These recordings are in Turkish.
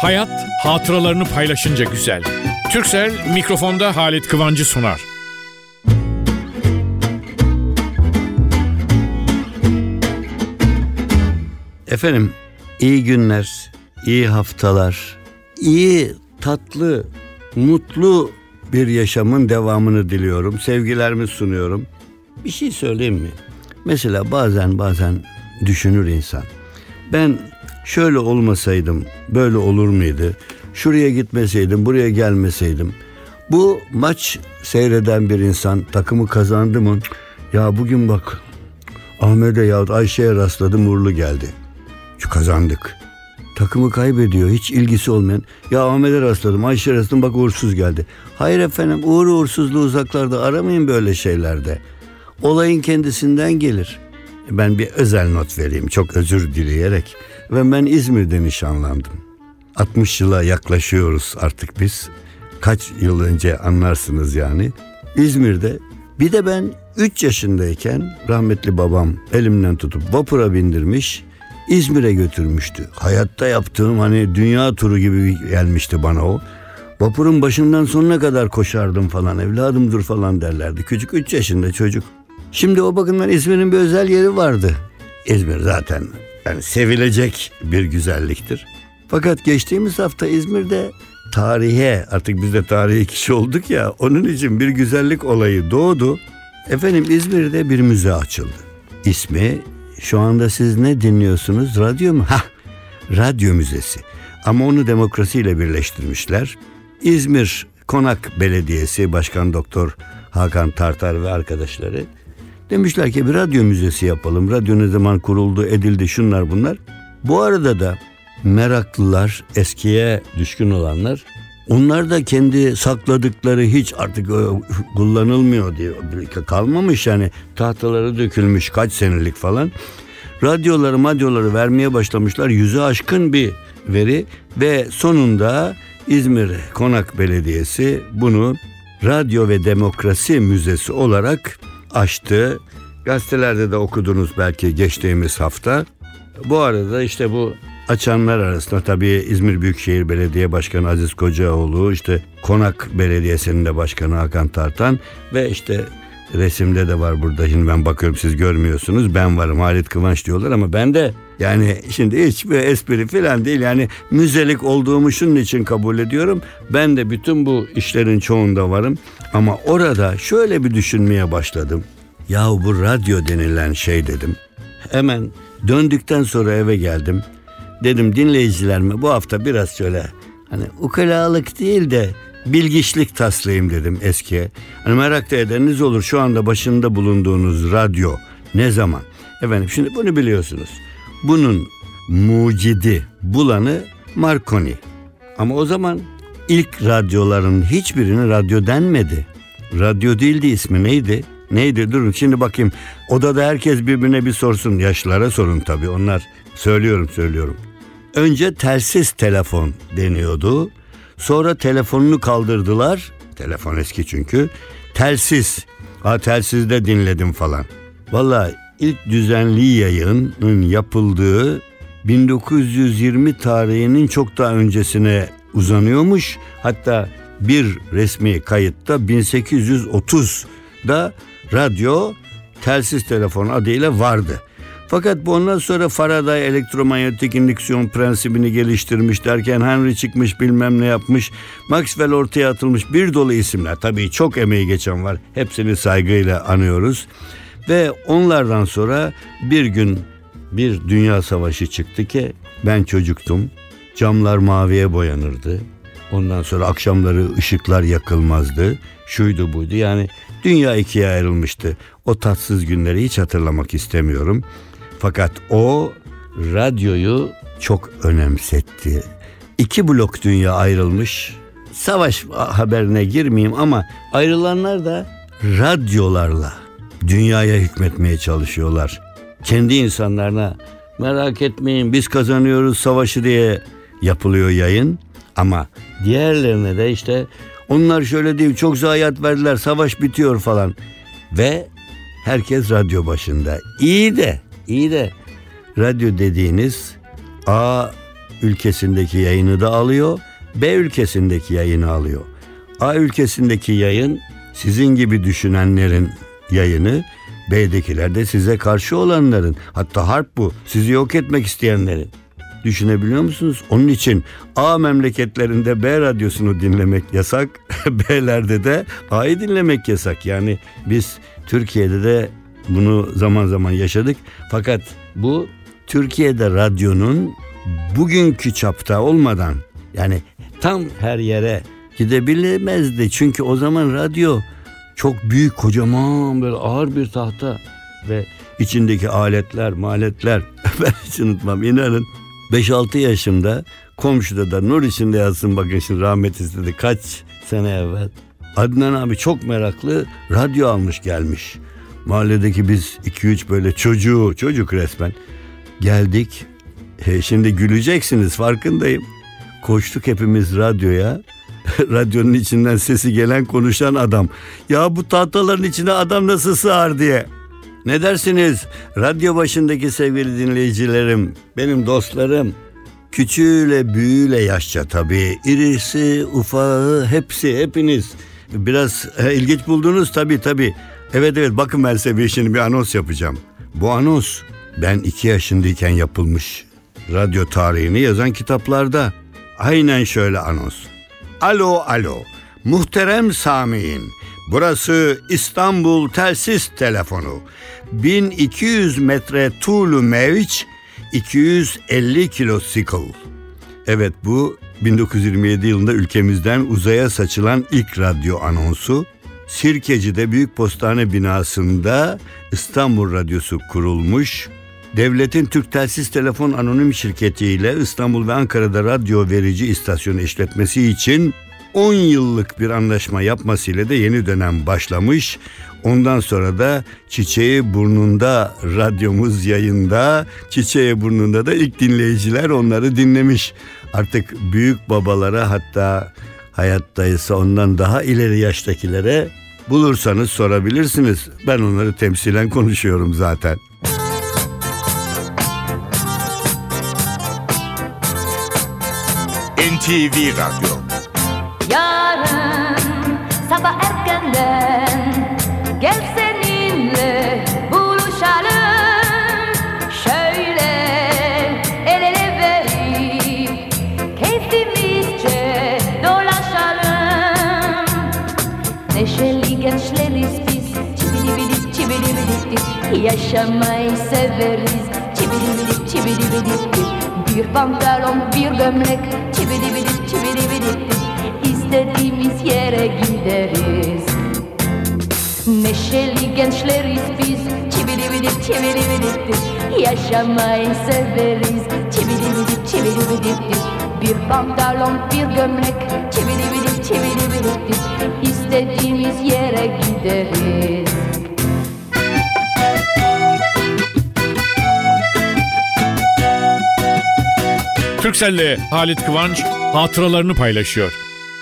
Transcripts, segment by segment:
Hayat hatıralarını paylaşınca güzel. Turkcell mikrofonda Halit Kıvancı sunar. Efendim, iyi günler, iyi haftalar, iyi, tatlı, mutlu bir yaşamın devamını diliyorum. Sevgilerimi sunuyorum. Bir şey söyleyeyim mi? Mesela bazen düşünür insan. Ben şöyle olmasaydım böyle olur muydu? Şuraya gitmeseydim, buraya gelmeseydim. Bu maç seyreden bir insan takımı kazandı mı? Ya bugün bak Ahmet'e yahut Ayşe'ye rastladım, uğurlu geldi. Kazandık. Takımı kaybediyor, hiç ilgisi olmayan. Ya Ahmet'e rastladım, Ayşe'ye rastladım, bak uğursuz geldi. Hayır efendim, uğursuzluğu uzaklarda aramayın böyle şeylerde. Olayın kendisinden gelir. Ben bir özel not vereyim, çok özür dileyerek. Ve ben İzmir'de nişanlandım. 60 yıla yaklaşıyoruz artık biz. Kaç yıl önce anlarsınız yani. İzmir'de. Bir de ben 3 yaşındayken rahmetli babam elimden tutup vapura bindirmiş, İzmir'e götürmüştü. Hayatta yaptığım hani dünya turu gibi gelmişti bana o. Vapurun başından sonuna kadar koşardım falan. Evladım dur falan derlerdi. Küçük 3 yaşında çocuk. Şimdi o bakımdan İzmir'in bir özel yeri vardı. İzmir zaten yani sevilecek bir güzelliktir. Fakat geçtiğimiz hafta İzmir'de tarihe, artık biz de tarihi kişi olduk ya, onun için bir güzellik olayı doğdu. Efendim, İzmir'de bir müze açıldı. İsmi, şu anda siz ne dinliyorsunuz? Radyo mu? Radyo Müzesi. Ama onu demokrasiyle birleştirmişler. İzmir Konak Belediyesi Başkan Doktor Hakan Tartar ve arkadaşları demişler ki bir radyo müzesi yapalım. Radyo ne zaman kuruldu, edildi, şunlar bunlar. Bu arada da meraklılar, eskiye düşkün olanlar, onlar da kendi sakladıkları, hiç artık kullanılmıyor diye kalmamış yani, tahtaları dökülmüş kaç senelik falan. Radyoları vermeye başlamışlar. 100'ü aşkın bir veri ve sonunda İzmir Konak Belediyesi bunu Radyo ve Demokrasi Müzesi olarak açtı. Gazetelerde de okudunuz belki geçtiğimiz hafta. Bu arada işte bu açanlar arasında tabii İzmir Büyükşehir Belediye Başkanı Aziz Kocaoğlu, işte Konak Belediyesi'nin de başkanı Hakan Tartan ve işte resimde de var burada. Şimdi ben bakıyorum, siz görmüyorsunuz. Ben varım, Halit Kıvanç diyorlar ama ben de yani şimdi hiçbir espri falan değil. Yani müzelik olduğumu şunun için kabul ediyorum. Ben de bütün bu işlerin çoğunda varım. Ama orada şöyle bir düşünmeye başladım. Yahu bu radyo denilen şey dedim. Hemen döndükten sonra eve geldim. Dedim dinleyicilerime bu hafta biraz şöyle hani ukalalık değil de bilgiçlik taslayayım dedim eskiye. Hani merak da edeniniz olur, şu anda başında bulunduğunuz radyo ne zaman? Efendim şimdi bunu biliyorsunuz. Bunun mucidi, bulanı Marconi. Ama o zaman ilk radyoların hiçbirine radyo denmedi. Radyo değildi, ismi neydi? Neydi? Durun şimdi bakayım. Odada herkes birbirine bir sorsun. Yaşlılara sorun tabii. Onlar söylüyorum. Önce telsiz telefon deniyordu. Sonra telefonunu kaldırdılar. Telefon eski çünkü. Telsiz. Telsizde dinledim falan. Vallahi ilk düzenli yayının yapıldığı 1920 tarihinin çok daha öncesine uzanıyormuş. Hatta bir resmi kayıtta 1830'da radyo telsiz telefon adıyla vardı. Fakat bu ondan sonra Faraday elektromanyetik indüksiyon prensibini geliştirmiş derken Henry çıkmış, bilmem ne yapmış. Maxwell ortaya atılmış, bir dolu isimler. Tabii çok emeği geçen var. Hepsini saygıyla anıyoruz. Ve onlardan sonra bir gün bir dünya savaşı çıktı ki ben çocuktum. Camlar maviye boyanırdı. Ondan sonra akşamları ışıklar yakılmazdı. Şuydu buydu, yani dünya ikiye ayrılmıştı. O tatsız günleri hiç hatırlamak istemiyorum. Fakat o radyoyu çok önemsetti. 2 blok dünya ayrılmış. Savaş haberine girmeyeyim ama ayrılanlar da radyolarla dünyaya hükmetmeye çalışıyorlar. Kendi insanlarına merak etmeyin biz kazanıyoruz savaşı diye yapılıyor yayın. Ama diğerlerine de işte onlar şöyle değil, çok zayiat verdiler, savaş bitiyor falan. Ve herkes radyo başında. İyi de radyo dediğiniz ülkesindeki yayını da alıyor, B ülkesindeki yayını alıyor. A ülkesindeki yayın sizin gibi düşünenlerin yayını, B'dekiler de size karşı olanların, hatta harp bu, sizi yok etmek isteyenlerin. Düşünebiliyor musunuz? Onun için A memleketlerinde B radyosunu dinlemek yasak, B'lerde de A'yı dinlemek yasak. Yani biz Türkiye'de de bunu zaman zaman yaşadık. Fakat bu Türkiye'de radyonun bugünkü çapta olmadan, yani tam her yere gidebilemezdi. Çünkü o zaman radyo çok büyük, kocaman, böyle ağır bir tahta ve içindeki aletler, ben hiç unutmam, inanın. 5-6 yaşımda komşuda da nur içinde yatsın, bakın şimdi rahmet istedi kaç sene evvel. Adnan abi çok meraklı radyo almış gelmiş. Mahalledeki biz 2-3 böyle çocuk resmen geldik. Şimdi güleceksiniz, farkındayım. Koştuk hepimiz radyoya. Radyonun içinden sesi gelen, konuşan adam. Ya bu tahtaların içine adam nasıl sığar diye. Ne dersiniz? Radyo başındaki sevgili dinleyicilerim, benim dostlarım. Küçüğüyle büyüğüyle yaşça tabii. İrisi, ufağı, hepsi, hepiniz. Biraz ilginç buldunuz tabii. Evet, bakın ben size şimdi bir anons yapacağım. Bu anons ben 2 yaşındayken yapılmış. Radyo tarihini yazan kitaplarda. Aynen şöyle anons. Alo. Muhterem Sami'in. Burası İstanbul telsiz telefonu. 1200 metre tuğlu mevç, 250 kilo sikl. Evet, bu 1927 yılında ülkemizden uzaya saçılan ilk radyo anonsu. Sirkeci'de Büyük Postane binasında İstanbul Radyosu kurulmuş. Devletin Türk Telsiz Telefon Anonim Şirketi ile İstanbul ve Ankara'da radyo verici istasyonu işletmesi için 10 yıllık bir anlaşma yapmasıyla da yeni dönem başlamış. Ondan sonra da Çiçeği Burnunda radyomuz yayında. Çiçeği Burnunda da ilk dinleyiciler onları dinlemiş. Artık büyük babalara, hatta hayattaysa ondan daha ileri yaştakilere bulursanız sorabilirsiniz. Ben onları temsilen konuşuyorum zaten. NTV Radyo. Yarın sabah erkenden gel seninle buluşalım. Şöyle el ele verip keyfimizce dolaşalım. Neşeli gençleriz biz, çibilibidip yaşamayı severiz. Çibilibidip bir pantolon, bir gömlek, çibilibidip İstediğimiz yere gideriz. Neşeli gençleriz biz, çibilibidip yaşamayı severiz. Çibilibidip bir pantolon, bir gömlek, çibilibidip İstediğimiz yere gideriz. Turkcell'le Halit Kıvanç hatıralarını paylaşıyor.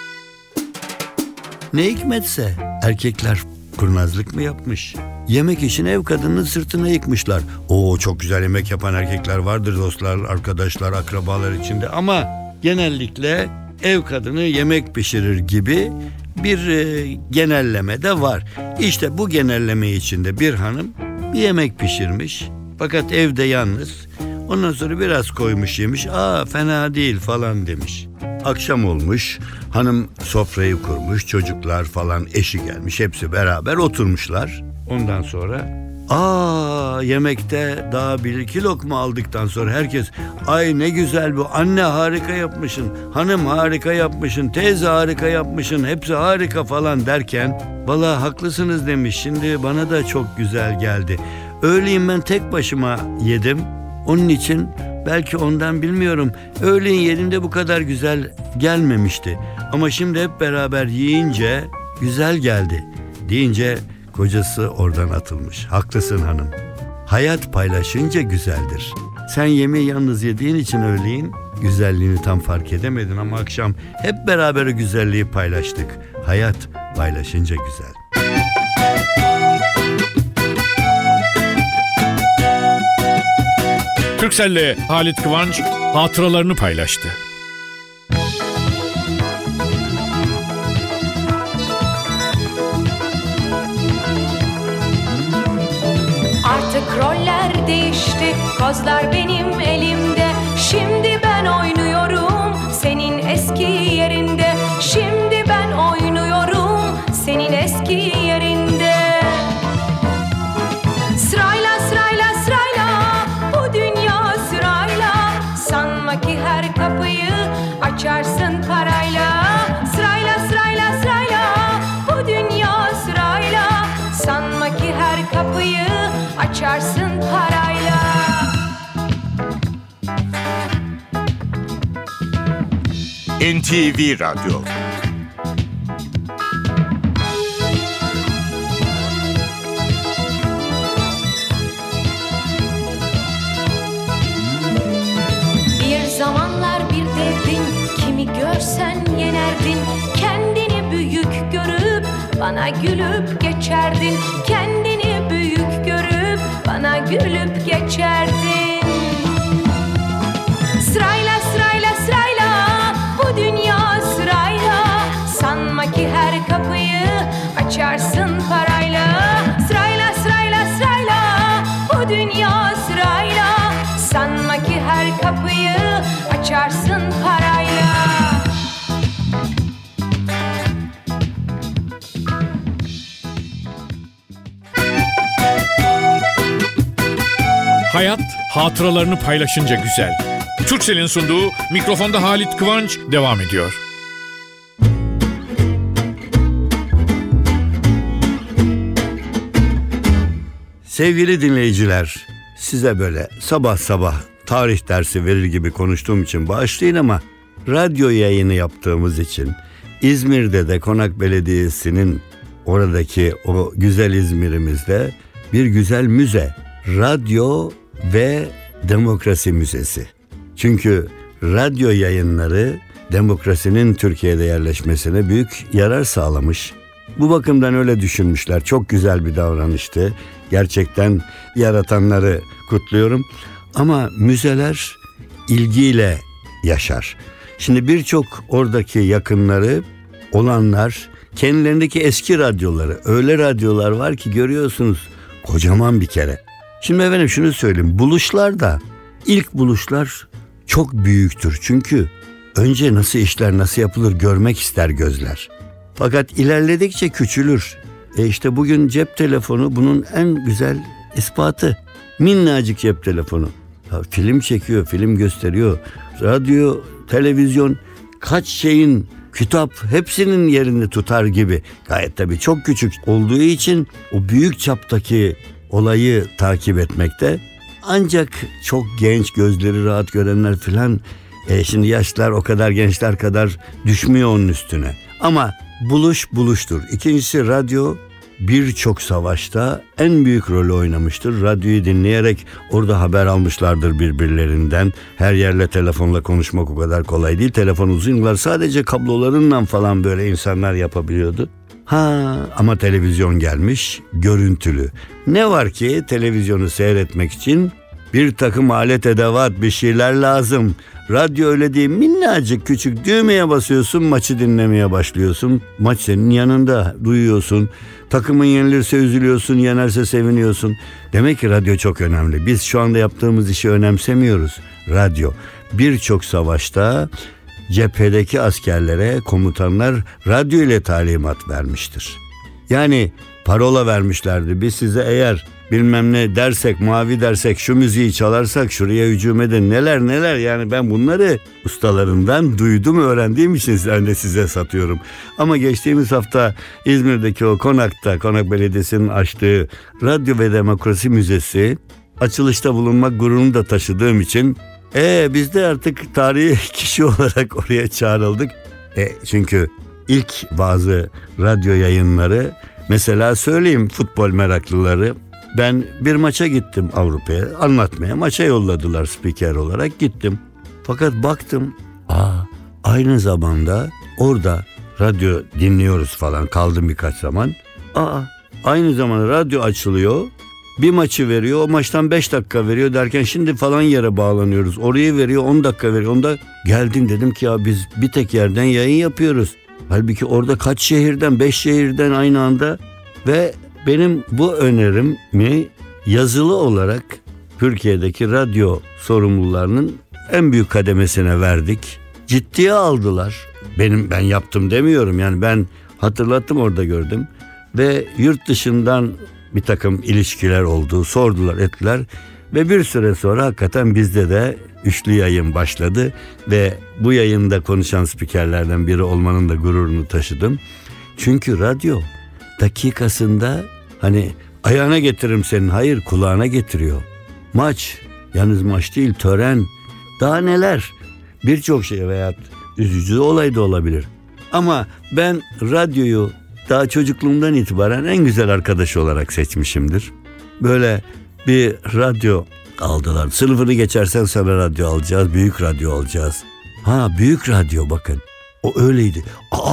Ne hikmetse erkekler kurnazlık mı yapmış? Yemek için ev kadının sırtına yıkmışlar. Çok güzel yemek yapan erkekler vardır dostlar, arkadaşlar, akrabalar içinde. Ama genellikle ev kadını yemek pişirir gibi bir genelleme de var. İşte bu genelleme içinde bir hanım bir yemek pişirmiş. Fakat evde yalnız. Ondan sonra biraz koymuş yemiş. Fena değil falan demiş. Akşam olmuş. Hanım sofrayı kurmuş. Çocuklar falan, eşi gelmiş. Hepsi beraber oturmuşlar. Ondan sonra yemekte daha 1-2 lokma aldıktan sonra herkes ay ne güzel bu, anne harika yapmışsın, hanım harika yapmışsın, teyze harika yapmışsın, hepsi harika falan derken vallahi haklısınız demiş. Şimdi bana da çok güzel geldi. Öğleyin ben tek başıma yedim. Onun için belki ondan bilmiyorum. Öğleyin yediğimde bu kadar güzel gelmemişti. Ama şimdi hep beraber yiyince güzel geldi deyince kocası oradan atılmış. Haklısın hanım. Hayat paylaşınca güzeldir. Sen yemeği yalnız yediğin için öğleyin güzelliğini tam fark edemedin ama akşam hep beraber o güzelliği paylaştık. Hayat paylaşınca güzel. Turkcell'le Halit Kıvanç hatıralarını paylaştı. Artık roller değişti, kozlar benim elimde. Şimdi ben oynuyorum senin eski yerinde. Şimdi ben oynuyorum senin eski yerinde. Sırayla sırayla sırayla bu dünya sırayla. Sanma ki her kapıyı açarsın parayla. Sırayla sırayla sırayla bu dünya sırayla. Sanma ki her kapıyı açarsın parayla. NTV Radyo. Bir zamanlar bir devdin, kimi görsen yenerdin. Kendini büyük görüp bana gülüp geçerdin. Kendini büyük görüp bana gülüp geçerdin. Sırayla sırayla sırayla bu dünya sırayla. Sanma ki her kapıyı açarsın parayla. Sırayla sırayla sırayla bu dünya sırayla. Sanma ki her kapıyı açarsın parayla. Hayat hatıralarını paylaşınca güzel. Turkcell'in sunduğu Mikrofonda Halit Kıvanç devam ediyor. Sevgili dinleyiciler, size böyle sabah sabah tarih dersi verir gibi konuştuğum için bağışlayın ama radyo yayını yaptığımız için İzmir'de de Konak Belediyesi'nin oradaki o güzel İzmir'imizde bir güzel müze, radyo ve demokrasi müzesi. Çünkü radyo yayınları demokrasinin Türkiye'de yerleşmesine büyük yarar sağlamış. Bu bakımdan öyle düşünmüşler. Çok güzel bir davranıştı. Gerçekten yaratanları kutluyorum. Ama müzeler ilgiyle yaşar. Şimdi birçok oradaki yakınları olanlar kendilerindeki eski radyoları, öyle radyolar var ki görüyorsunuz kocaman bir kere. Şimdi efendim şunu söyleyeyim. Buluşlar da ilk buluşlar çok büyüktür. Çünkü önce nasıl işler, nasıl yapılır görmek ister gözler. Fakat ilerledikçe küçülür. İşte bugün cep telefonu bunun en güzel ispatı. Minnacık cep telefonu. Ya film çekiyor, film gösteriyor. Radyo, televizyon, kaç şeyin, kitap hepsinin yerini tutar gibi. Gayet tabii çok küçük olduğu için o büyük çaptaki olayı takip etmekte. Ancak çok genç, gözleri rahat görenler filan, şimdi yaşlılar o kadar gençler kadar düşmüyor onun üstüne. Ama buluş buluştur. İkincisi radyo birçok savaşta en büyük rolü oynamıştır. Radyoyu dinleyerek orada haber almışlardır birbirlerinden. Her yerle telefonla konuşmak o kadar kolay değil. Telefon uzun yıllar sadece kablolarından falan böyle insanlar yapabiliyordu. Ama televizyon gelmiş, görüntülü. Ne var ki televizyonu seyretmek için bir takım alet edevat, bir şeyler lazım. Radyo öyle değil, minnacık küçük düğmeye basıyorsun, maçı dinlemeye başlıyorsun. Maç senin yanında, duyuyorsun. Takımın yenilirse üzülüyorsun, yenerse seviniyorsun. Demek ki radyo çok önemli. Biz şu anda yaptığımız işi önemsemiyoruz. Radyo birçok savaşta cephedeki askerlere komutanlar radyo ile talimat vermiştir. Yani parola vermişlerdi. Biz size eğer bilmem ne dersek, mavi dersek, şu müziği çalarsak şuraya hücum edin, neler yani ben bunları ustalarından duydum, öğrendiğim için ben de size satıyorum. Ama geçtiğimiz hafta İzmir'deki o Konak'ta, Konak Belediyesi'nin açtığı Radyo ve Demokrasi Müzesi açılışta bulunmak gururunu da taşıdığım için biz de artık tarihi kişi olarak oraya çağrıldık. Çünkü ilk bazı radyo yayınları, mesela söyleyeyim futbol meraklıları, ben bir maça gittim Avrupa'ya anlatmaya, maça yolladılar spiker olarak, gittim. Fakat baktım aynı zamanda orada radyo dinliyoruz falan, kaldım birkaç zaman. Aynı zamanda radyo açılıyor bir maçı veriyor, o maçtan 5 dakika veriyor derken şimdi falan yere bağlanıyoruz. Orayı veriyor, 10 dakika veriyor. Onda geldim dedim ki ya biz bir tek yerden yayın yapıyoruz. Halbuki orada kaç şehirden, 5 şehirden aynı anda. Ve benim bu önerimi yazılı olarak Türkiye'deki radyo sorumlularının en büyük kademesine verdik. Ciddiye aldılar. Ben yaptım demiyorum, yani ben hatırlattım, orada gördüm. Ve yurt dışından bir takım ilişkiler oldu, sordular ettiler. Ve bir süre sonra hakikaten bizde de üçlü yayın başladı. Ve bu yayında konuşan spikerlerden biri olmanın da gururunu taşıdım. Çünkü radyo dakikasında hani ayağına getiririm senin, hayır kulağına getiriyor. Maç, yalnız maç değil, tören, daha neler, birçok şey veya üzücü olay da olabilir. Ama ben radyoyu daha çocukluğumdan itibaren en güzel arkadaş olarak seçmişimdir. Böyle bir radyo aldılar. Sınıfını geçersen sana radyo alacağız, büyük radyo alacağız. Büyük radyo, bakın. O öyleydi.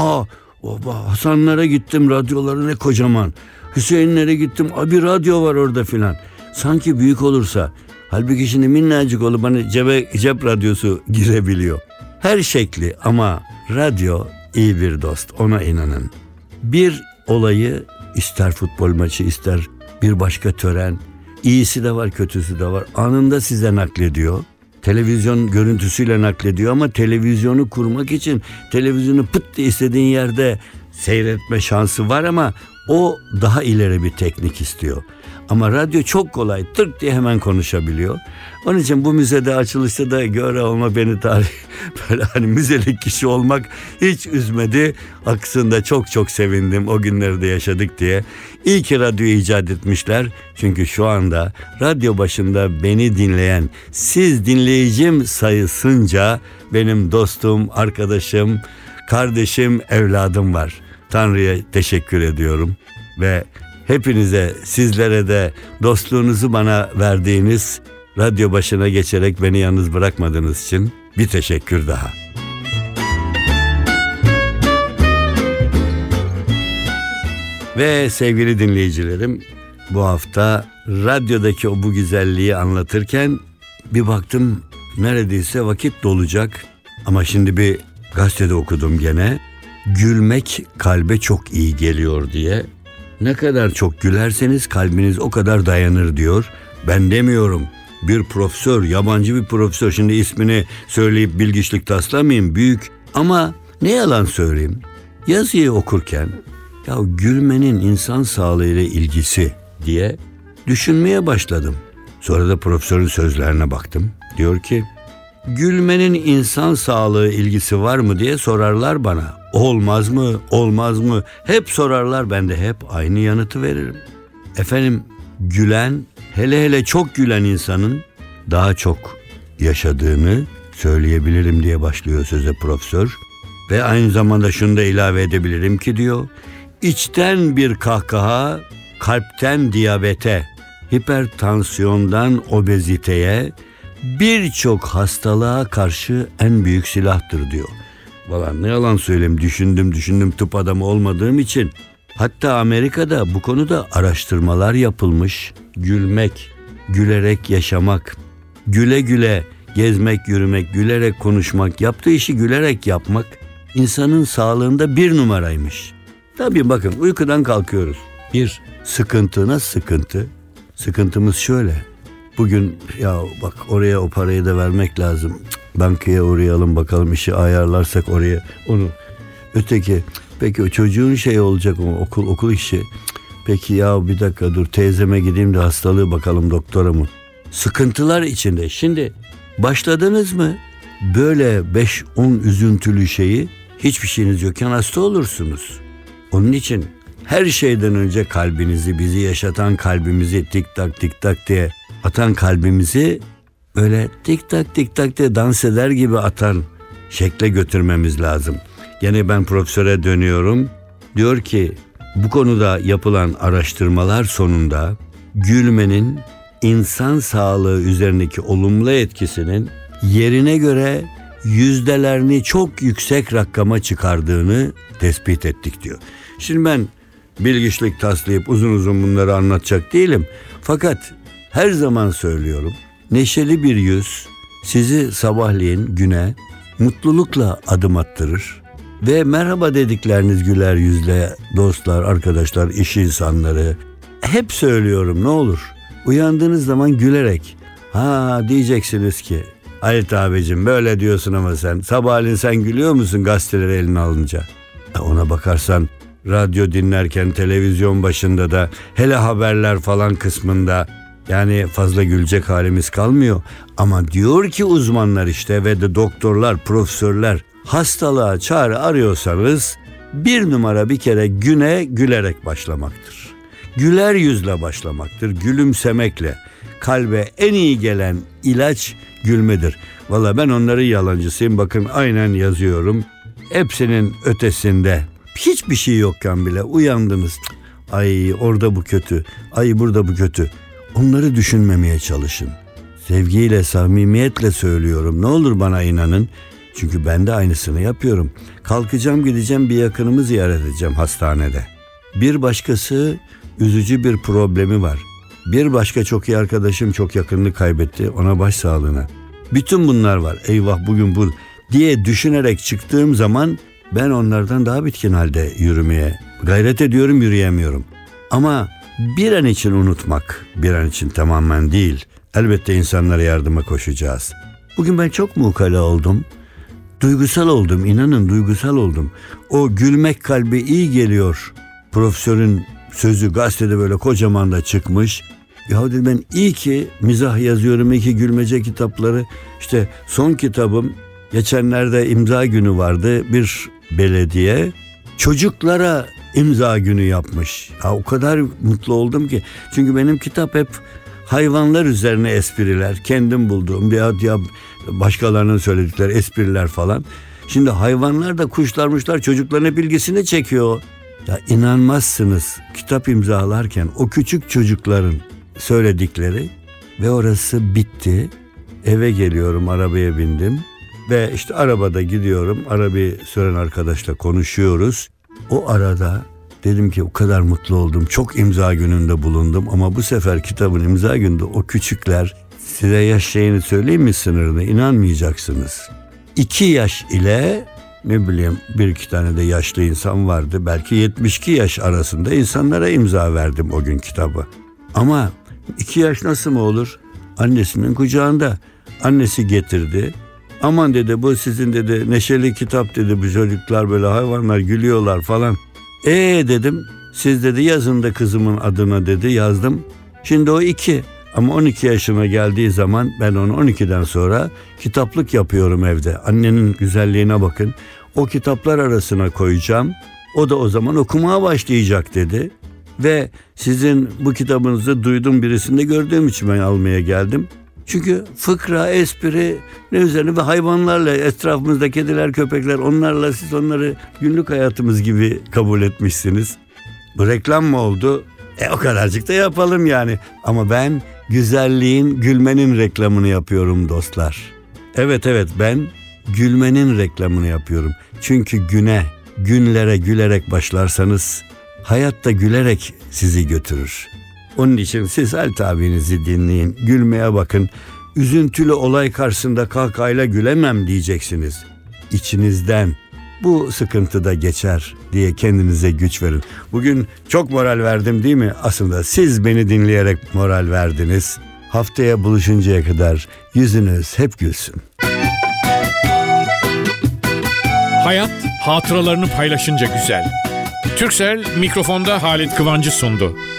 Hasanlara gittim, radyoları ne kocaman. Hüseyinlere gittim, bir radyo var orada filan. Sanki büyük olursa. Halbuki şimdi minnacık olup hani cep radyosu girebiliyor. Her şekli, ama radyo iyi bir dost, ona inanın. Bir olayı, ister futbol maçı, ister bir başka tören, iyisi de var, kötüsü de var, anında size naklediyor. Televizyon görüntüsüyle naklediyor ama televizyonu kurmak için televizyonu pıt diye istediğin yerde seyretme şansı var ama o daha ileri bir teknik istiyor. Ama radyo çok kolay, tık diye hemen konuşabiliyor. Onun için bu müzede açılışta da göre olma beni böyle hani müzelik kişi olmak hiç üzmedi. Aksında çok çok sevindim o günleri de yaşadık diye. İyi ki radyoyu icat etmişler. Çünkü şu anda radyo başında beni dinleyen, siz dinleyicim sayısınca benim dostum, arkadaşım, kardeşim, evladım var. Tanrı'ya teşekkür ediyorum ve hepinize, sizlere de dostluğunuzu bana verdiğiniz, radyo başına geçerek beni yalnız bırakmadığınız için bir teşekkür daha. Ve sevgili dinleyicilerim, bu hafta radyodaki o bu güzelliği anlatırken bir baktım neredeyse vakit dolacak. Ama şimdi bir gazetede okudum gene, gülmek kalbe çok iyi geliyor diye. Ne kadar çok gülerseniz kalbiniz o kadar dayanır diyor. Ben demiyorum. Bir profesör, yabancı bir profesör, şimdi ismini söyleyip bilgiçlik taslamayayım, büyük. Ama ne yalan söyleyeyim, yazıyı okurken ya gülmenin insan sağlığıyla ilgisi diye düşünmeye başladım. Sonra da profesörün sözlerine baktım. Diyor ki, gülmenin insan sağlığı ilgisi var mı diye sorarlar bana. Olmaz mı? Olmaz mı? Hep sorarlar, ben de hep aynı yanıtı veririm. Efendim, gülen, hele çok gülen insanın daha çok yaşadığını söyleyebilirim diye başlıyor söze profesör. Ve aynı zamanda şunu da ilave edebilirim ki diyor, içten bir kahkaha kalpten diyabete, hipertansiyondan obeziteye, birçok hastalığa karşı en büyük silahtır diyor. Vallahi ne yalan söyleyeyim, düşündüm tıp adamı olmadığım için. Hatta Amerika'da bu konuda araştırmalar yapılmış. Gülmek, gülerek yaşamak, güle güle gezmek, yürümek, gülerek konuşmak, yaptığı işi gülerek yapmak insanın sağlığında 1 numaraymış. Tabii bakın, uykudan kalkıyoruz. Bir sıkıntı, nasıl sıkıntı? Sıkıntımız şöyle. Bugün ya bak oraya o parayı da vermek lazım. Bankaya uğrayalım bakalım, işi ayarlarsak oraya onu. Öteki, peki o çocuğun şey olacak mı, okul işi. Peki ya bir dakika dur, teyzeme gideyim de hastalığı bakalım, doktora mı? Sıkıntılar içinde. Şimdi başladınız mı böyle 5-10 üzüntülü şeyi, hiçbir şeyiniz yokken hasta olursunuz. Onun için her şeyden önce kalbinizi, bizi yaşatan kalbimizi, tik tak diye atan kalbimizi böyle tik tak diye dans eder gibi atan şekle götürmemiz lazım. Gene ben profesöre dönüyorum. Diyor ki bu konuda yapılan araştırmalar sonunda gülmenin insan sağlığı üzerindeki olumlu etkisinin yerine göre yüzdelerini çok yüksek rakama çıkardığını tespit ettik diyor. Şimdi ben bilgiçlik taslayıp uzun bunları anlatacak değilim. Fakat her zaman söylüyorum, neşeli bir yüz sizi sabahleyin güne mutlulukla adım attırır. Ve merhaba dedikleriniz güler yüzle dostlar, arkadaşlar, iş insanları. Hep söylüyorum, ne olur uyandığınız zaman gülerek. Diyeceksiniz ki Halit abicim böyle diyorsun ama sen sabahleyin sen gülüyor musun gazeteleri eline alınca? Ona bakarsan radyo dinlerken televizyon başında da hele haberler falan kısmında yani fazla gülecek halimiz kalmıyor. Ama diyor ki uzmanlar işte ve de doktorlar, profesörler, hastalığa çare arıyorsanız bir numara bir kere güne gülerek başlamaktır. Güler yüzle başlamaktır, gülümsemekle. Kalbe en iyi gelen ilaç gülmedir. Valla ben onların yalancısıyım. Bakın aynen yazıyorum. Hepsinin ötesinde hiçbir şey yokken bile uyandınız. Ay orada bu kötü, ay burada bu kötü. Onları düşünmemeye çalışın. Sevgiyle, samimiyetle söylüyorum. Ne olur bana inanın. Çünkü ben de aynısını yapıyorum. Kalkacağım, gideceğim, bir yakınımı ziyaret edeceğim hastanede. Bir başkası üzücü bir problemi var. Bir başka çok iyi arkadaşım çok yakınını kaybetti. Ona başsağlığına. Bütün bunlar var. Eyvah bugün bu diye düşünerek çıktığım zaman ben onlardan daha bitkin halde yürümeye gayret ediyorum, yürüyemiyorum. Ama bir an için unutmak, bir an için tamamen değil. Elbette insanlara yardıma koşacağız. Bugün ben çok mu ukala oldum? Duygusal oldum, inanın duygusal oldum. O gülmek kalbe iyi geliyor. Profesörün sözü gazetede böyle kocaman da çıkmış. Ya dedim ben iyi ki mizah yazıyorum, iyi ki gülmece kitapları. İşte son kitabım geçenlerde imza günü vardı. Bir belediye çocuklara imza günü yapmış. Ya o kadar mutlu oldum ki. Çünkü benim kitap hep hayvanlar üzerine espriler. Kendim bulduğum ya başkalarının söyledikleri espriler falan. Şimdi hayvanlar da kuşlarmışlar çocukların hep ilgisini çekiyor. Ya inanmazsınız kitap imzalarken o küçük çocukların söyledikleri ve orası bitti. Eve geliyorum, arabaya bindim ve işte arabada gidiyorum. Arabayı süren arkadaşla konuşuyoruz. O arada dedim ki o kadar mutlu oldum. Çok imza gününde bulundum ama bu sefer kitabın imza gününde o küçükler, size yaş şeyini söyleyeyim mi sınırını, inanmayacaksınız. 2 yaş ile ne bileyim bir iki tane de yaşlı insan vardı. Belki 72 yaş arasında insanlara imza verdim o gün kitabı. Ama 2 yaş nasıl mı olur? Annesinin kucağında. Annesi getirdi. Aman dedi bu sizin dedi neşeli kitap dedi, bu çocuklar böyle hayvanlar gülüyorlar falan. Dedim siz dedi yazın da kızımın adına dedi, yazdım. Şimdi o 2 ama 12 yaşına geldiği zaman ben onu 12'den sonra kitaplık yapıyorum evde. Annenin güzelliğine bakın. O kitaplar arasına koyacağım. O da o zaman okumaya başlayacak dedi. Ve sizin bu kitabınızı duydum, birisinde gördüğüm için ben almaya geldim. Çünkü fıkra, espri ne üzerine ve hayvanlarla etrafımızda kediler, köpekler, onlarla siz onları günlük hayatımız gibi kabul etmişsiniz. Bu reklam mı oldu? O kadarcık da yapalım yani. Ama ben güzelliğin, gülmenin reklamını yapıyorum dostlar. Evet ben gülmenin reklamını yapıyorum. Çünkü günlere gülerek başlarsanız hayatta gülerek sizi götürür. Onun için siz Halit abinizi dinleyin, gülmeye bakın. Üzüntülü olay karşısında kahkahayla gülemem diyeceksiniz. İçinizden bu sıkıntı da geçer diye kendinize güç verin. Bugün çok moral verdim değil mi? Aslında siz beni dinleyerek moral verdiniz. Haftaya buluşuncaya kadar yüzünüz hep gülsün. Hayat hatıralarını paylaşınca güzel. Turkcell mikrofonda Halit Kıvancı sundu.